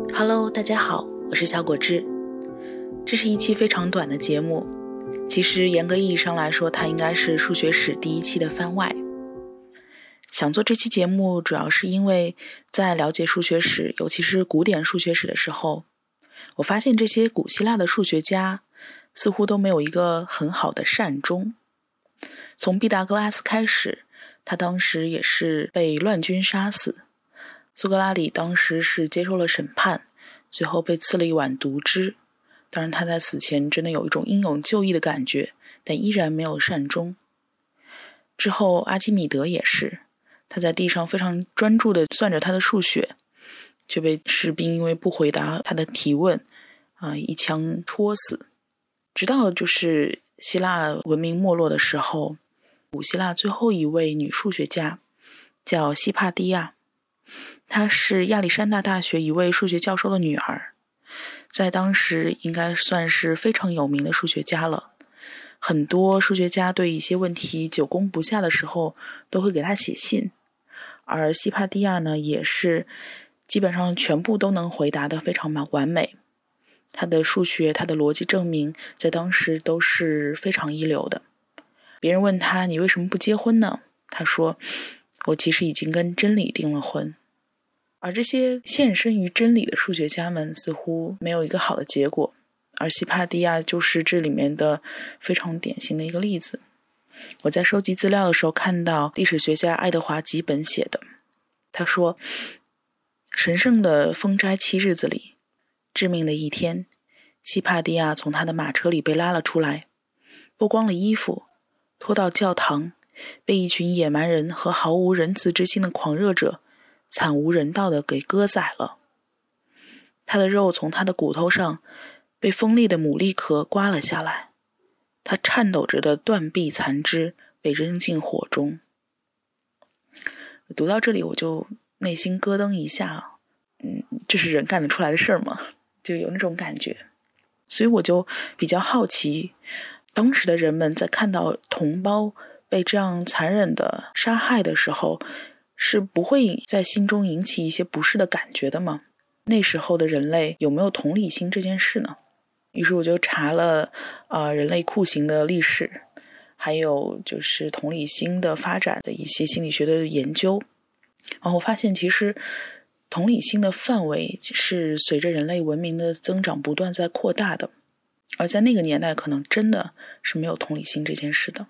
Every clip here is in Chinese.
Hello， 大家好，我是小果汁。这是一期非常短的节目，其实严格意义上来说，它应该是数学史第一期的番外。想做这期节目，主要是因为在了解数学史，尤其是古典数学史的时候，我发现这些古希腊的数学家似乎都没有一个很好的善终。从毕达哥拉斯开始，他当时也是被乱军杀死。苏格拉底当时是接受了审判，最后被赐了一碗毒汁。当然他在死前真的有一种英勇就义的感觉，但依然没有善终。之后阿基米德也是，他在地上非常专注地算着他的数学，却被士兵因为不回答他的提问一枪戳死。直到就是希腊文明没落的时候，古希腊最后一位女数学家叫希帕蒂亚，她是亚历山大大学一位数学教授的女儿，在当时应该算是非常有名的数学家了。很多数学家对一些问题久攻不下的时候，都会给她写信，而希帕蒂亚呢，也是基本上全部都能回答得非常完美。她的数学，她的逻辑证明在当时都是非常一流的。别人问她，你为什么不结婚呢？她说，我其实已经跟真理订了婚。而这些献身于真理的数学家们似乎没有一个好的结果，而希帕蒂亚就是这里面的非常典型的一个例子。我在收集资料的时候看到历史学家爱德华·吉本写的，他说，神圣的封斋期日子里，致命的一天，希帕蒂亚从他的马车里被拉了出来，剥光了衣服，拖到教堂，被一群野蛮人和毫无仁慈之心的狂热者惨无人道地给割宰了。他的肉从他的骨头上被锋利的牡蛎壳刮了下来，他颤抖着的断臂残肢被扔进火中。读到这里我就内心咯噔一下，这是人干得出来的事儿吗？就有那种感觉。所以我就比较好奇，当时的人们在看到同胞被这样残忍的杀害的时候，是不会在心中引起一些不适的感觉的吗？那时候的人类有没有同理心这件事呢？于是我就查了人类酷刑的历史，还有就是同理心的发展的一些心理学的研究，然后我发现其实同理心的范围是随着人类文明的增长不断在扩大的，而在那个年代可能真的是没有同理心这件事的。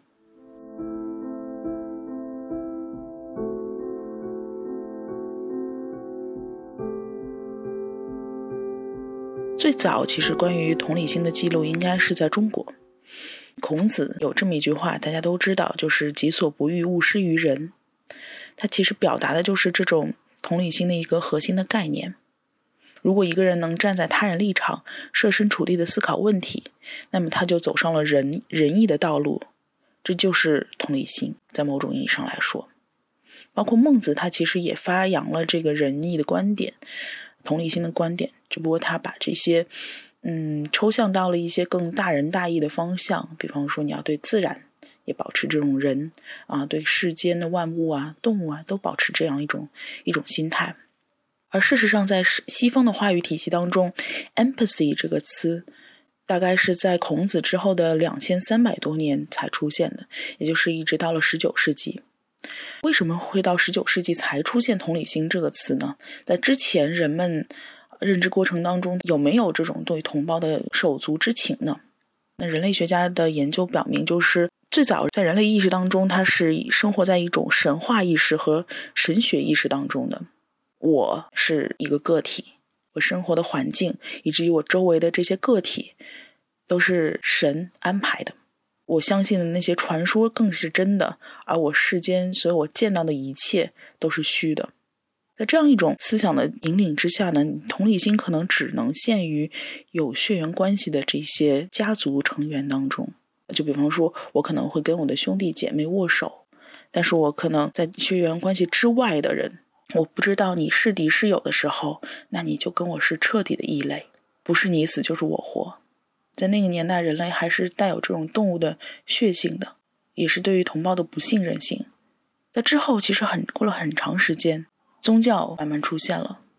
最早其实关于同理心的记录应该是在中国，孔子有这么一句话大家都知道，就是己所不欲，勿施于人。它其实表达的就是这种同理心的一个核心的概念。如果一个人能站在他人立场，设身处地的思考问题，那么他就走上了仁义的道路，这就是同理心，在某种意义上来说。包括孟子他其实也发扬了这个仁义的观点，同理心的观点，只不过他把这些抽象到了一些更大仁大义的方向，比方说你要对自然也保持这种仁对世间的万物动物都保持这样一种心态。而事实上在西方的话语体系当中， empathy 这个词大概是在孔子之后的2300多年才出现的，也就是一直到了19世纪。为什么会到19世纪才出现同理心这个词呢？在之前人们认知过程当中有没有这种对同胞的手足之情呢？那人类学家的研究表明，就是最早在人类意识当中，它是生活在一种神话意识和神学意识当中的。我是一个个体，我生活的环境以至于我周围的这些个体都是神安排的，我相信的那些传说更是真的，而我世间所有我见到的一切都是虚的。在这样一种思想的引领之下呢，同理心可能只能限于有血缘关系的这些家族成员当中。就比方说我可能会跟我的兄弟姐妹握手，但是我可能在血缘关系之外的人，我不知道你是敌是友的时候，那你就跟我是彻底的异类，不是你死就是我活。在那个年代，人类还是带有这种动物的血性的，也是对于同胞的不信任性。在之后其实过了很长时间，宗教慢慢出现了，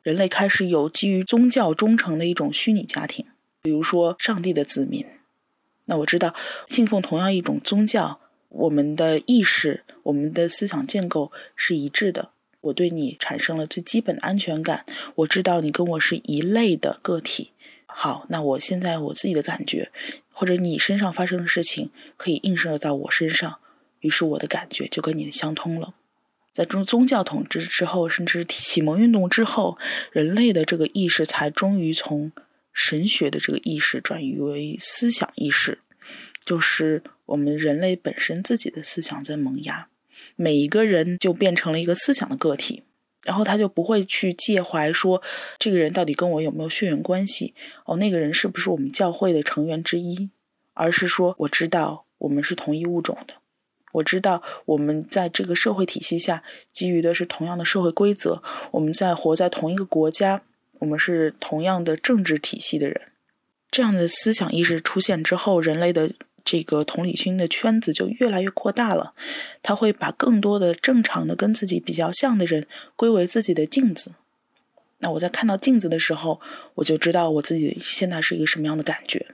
人类开始有基于宗教忠诚的一种虚拟家庭，比如说上帝的子民。那我知道信奉同样一种宗教，我们的意识，我们的思想建构是一致的，我对你产生了最基本的安全感，我知道你跟我是一类的个体。好，那我现在我自己的感觉，或者你身上发生的事情可以映射在我身上，于是我的感觉就跟你相通了。在宗教统治之后，甚至启蒙运动之后，人类的这个意识才终于从神学的这个意识转移为思想意识，就是我们人类本身自己的思想在萌芽，每一个人就变成了一个思想的个体，然后他就不会去介怀说这个人到底跟我有没有血缘关系，那个人是不是我们教会的成员之一，而是说我知道我们是同一物种的，我知道我们在这个社会体系下基于的是同样的社会规则，我们活在同一个国家，我们是同样的政治体系的人。这样的思想意识出现之后，人类的这个同理心的圈子就越来越扩大了，他会把更多的正常的跟自己比较像的人归为自己的镜子。那我在看到镜子的时候，我就知道我自己现在是一个什么样的感觉。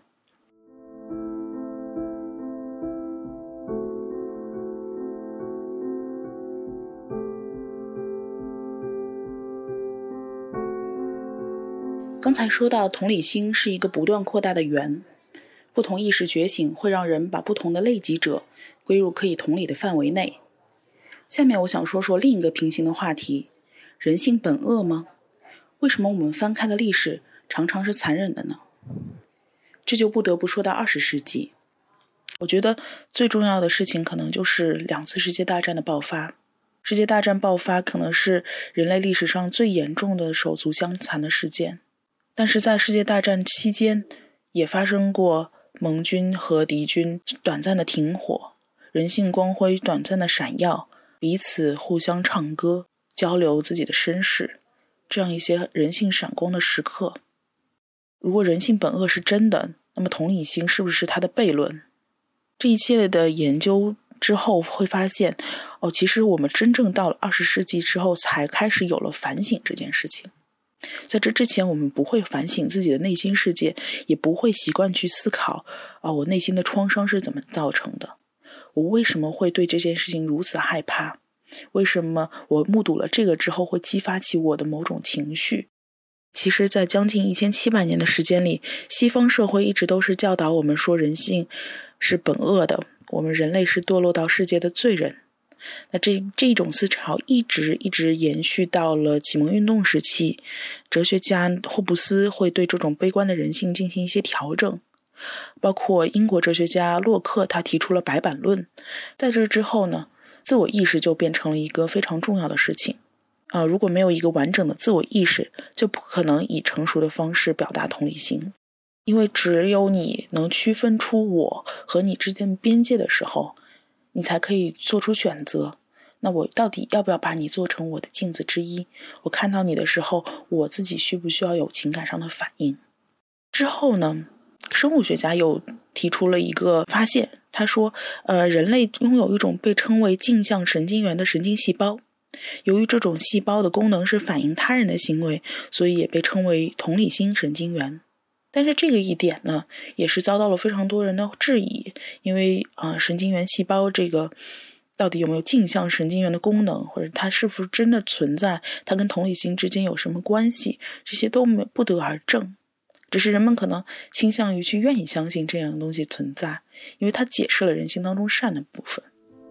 刚才说到同理心是一个不断扩大的圆，不同意识觉醒会让人把不同的类己者归入可以同理的范围内。下面我想说说另一个平行的话题，人性本恶吗？为什么我们翻开的历史常常是残忍的呢？这就不得不说到20世纪。我觉得最重要的事情可能就是2次世界大战的爆发。世界大战爆发可能是人类历史上最严重的手足相残的事件，但是在世界大战期间也发生过盟军和敌军短暂的停火，人性光辉短暂的闪耀，彼此互相唱歌，交流自己的身世，这样一些人性闪光的时刻。如果人性本恶是真的，那么同理心是不是它的悖论？这一系列的研究之后会发现，其实我们真正到了20世纪之后才开始有了反省这件事情。在这之前我们不会反省自己的内心世界，也不会习惯去思考我内心的创伤是怎么造成的，我为什么会对这件事情如此害怕，为什么我目睹了这个之后会激发起我的某种情绪。其实在将近1700年的时间里，西方社会一直都是教导我们说人性是本恶的，我们人类是堕落到世界的罪人。那这种思潮一直延续到了启蒙运动时期，哲学家霍布斯会对这种悲观的人性进行一些调整，包括英国哲学家洛克他提出了白板论。在这之后呢，自我意识就变成了一个非常重要的事情如果没有一个完整的自我意识，就不可能以成熟的方式表达同理心，因为只有你能区分出我和你之间的边界的时候，你才可以做出选择，那我到底要不要把你做成我的镜子之一？我看到你的时候，我自己需不需要有情感上的反应？之后呢，生物学家又提出了一个发现，他说人类拥有一种被称为镜像神经元的神经细胞，由于这种细胞的功能是反映他人的行为，所以也被称为同理心神经元。但是这个一点呢，也是遭到了非常多人的质疑，因为神经元细胞这个到底有没有镜像神经元的功能，或者它是否真的存在，它跟同理心之间有什么关系，这些都不得而证。只是人们可能倾向于去愿意相信这样的东西存在，因为它解释了人性当中善的部分。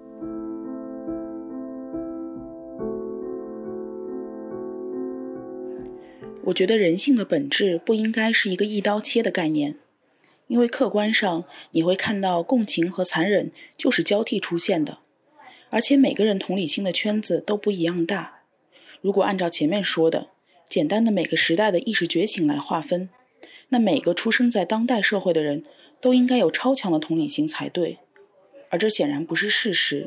我觉得人性的本质不应该是一个一刀切的概念，因为客观上你会看到共情和残忍就是交替出现的，而且每个人同理心的圈子都不一样大。如果按照前面说的简单的每个时代的意识觉醒来划分，那每个出生在当代社会的人都应该有超强的同理心才对，而这显然不是事实。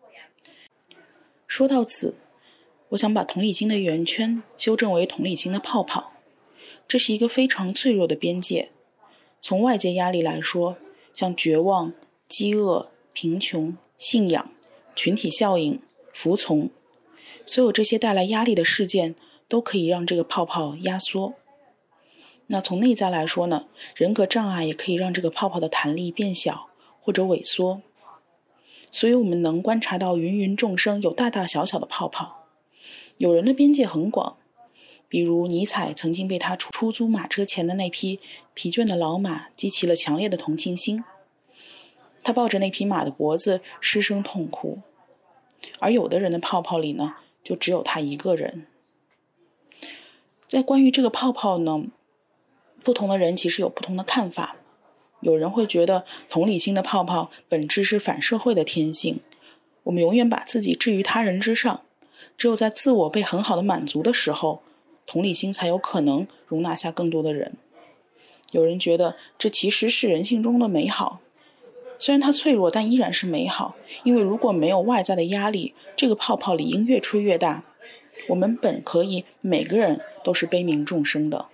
说到此，我想把同理心的圆圈修正为同理心的泡泡，这是一个非常脆弱的边界。从外界压力来说，像绝望、饥饿、贫穷、信仰、群体效应、服从，所有这些带来压力的事件都可以让这个泡泡压缩。那从内在来说呢，人格障碍也可以让这个泡泡的弹力变小或者萎缩。所以我们能观察到芸芸众生有大大小小的泡泡，有人的边界很广，比如尼采曾经被他出租马车前的那匹疲倦的老马激起了强烈的同情心，他抱着那匹马的脖子失声痛哭。而有的人的泡泡里呢，就只有他一个人。在关于这个泡泡呢，不同的人其实有不同的看法。有人会觉得同理心的泡泡本质是反社会的天性，我们永远把自己置于他人之上，只有在自我被很好的满足的时候，同理心才有可能容纳下更多的人。有人觉得这其实是人性中的美好，虽然它脆弱，但依然是美好，因为如果没有外在的压力，这个泡泡理应越吹越大。我们本可以每个人都是悲悯众生的。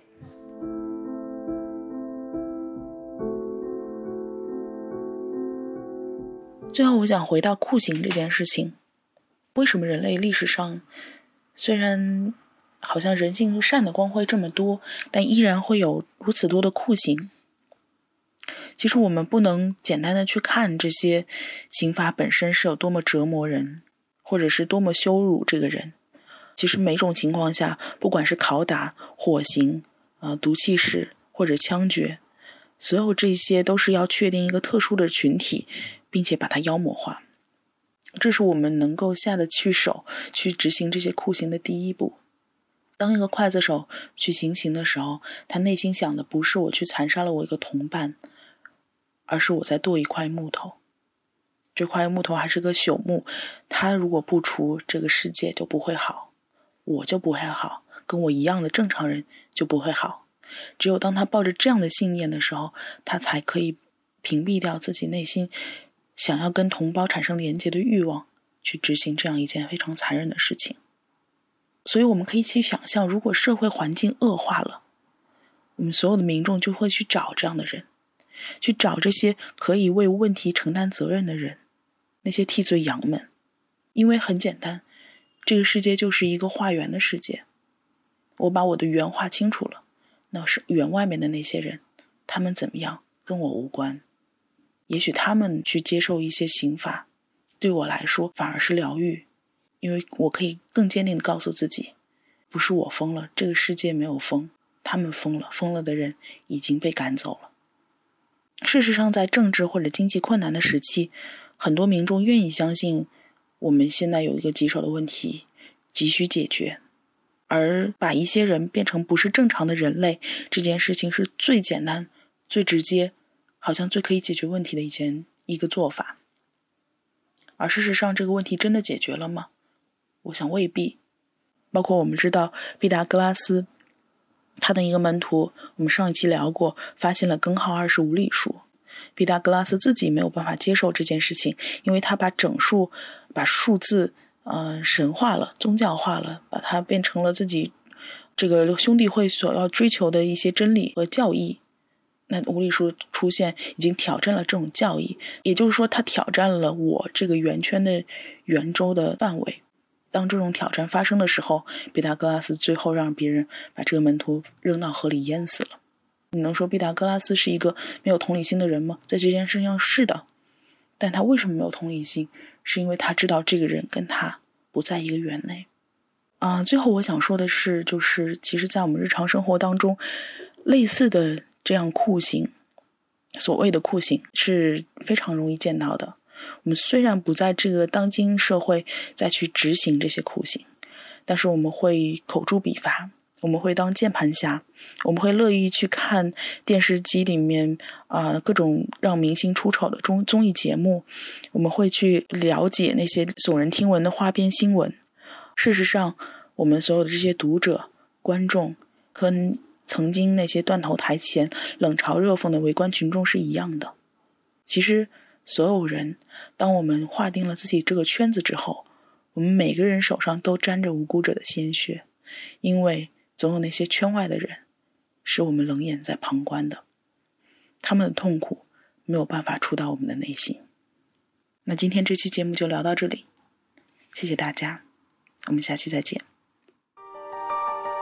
最后我想回到酷刑这件事情，为什么人类历史上虽然好像人性善的光辉这么多，但依然会有如此多的酷刑？其实我们不能简单的去看这些刑罚本身是有多么折磨人，或者是多么羞辱这个人。其实每种情况下，不管是拷打、火刑、毒气室或者枪决，所有这些都是要确定一个特殊的群体，并且把它妖魔化。这是我们能够下得去手去执行这些酷刑的第一步。当一个刽子手去行刑的时候，他内心想的不是我去残杀了我一个同伴，而是我在剁一块木头。这块木头还是个朽木，它如果不除，这个世界就不会好，我就不会好，跟我一样的正常人就不会好。只有当他抱着这样的信念的时候，他才可以屏蔽掉自己内心想要跟同胞产生连结的欲望，去执行这样一件非常残忍的事情。所以我们可以去想象，如果社会环境恶化了，我们所有的民众就会去找这样的人，去找这些可以为问题承担责任的人，那些替罪羊们。因为很简单，这个世界就是一个画圆的世界，我把我的圆画清楚了，那是圆外面的那些人，他们怎么样跟我无关。也许他们去接受一些刑罚，对我来说反而是疗愈，因为我可以更坚定地告诉自己，不是我疯了，这个世界没有疯，他们疯了，疯了的人已经被赶走了。事实上，在政治或者经济困难的时期，很多民众愿意相信我们现在有一个棘手的问题急需解决，而把一些人变成不是正常的人类，这件事情是最简单最直接，好像最可以解决问题的一个做法。而事实上这个问题真的解决了吗？我想未必。包括我们知道毕达哥拉斯他的一个门徒，我们上一期聊过，发现了根号25例数。毕达哥拉斯自己没有办法接受这件事情，因为他把整数把数字神化了，宗教化了，把它变成了自己这个兄弟会所要追求的一些真理和教义。那无理数出现已经挑战了这种教义，也就是说他挑战了我这个圆圈的圆周的范围。当这种挑战发生的时候，毕达哥拉斯最后让别人把这个门徒扔到河里淹死了。你能说毕达哥拉斯是一个没有同理心的人吗？在这件事上是的，但他为什么没有同理心？是因为他知道这个人跟他不在一个圆内。最后我想说的是，就是其实在我们日常生活当中，类似的这样酷刑，所谓的酷刑是非常容易见到的。我们虽然不在这个当今社会再去执行这些酷刑，但是我们会口诛笔伐，我们会当键盘侠，我们会乐意去看电视机里面各种让明星出丑的综艺节目，我们会去了解那些耸人听闻的花边新闻。事实上，我们所有的这些读者、观众，跟曾经那些断头台前冷嘲热讽的围观群众是一样的。其实所有人，当我们划定了自己这个圈子之后，我们每个人手上都沾着无辜者的鲜血，因为总有那些圈外的人是我们冷眼在旁观的，他们的痛苦没有办法触到我们的内心。那今天这期节目就聊到这里，谢谢大家，我们下期再见。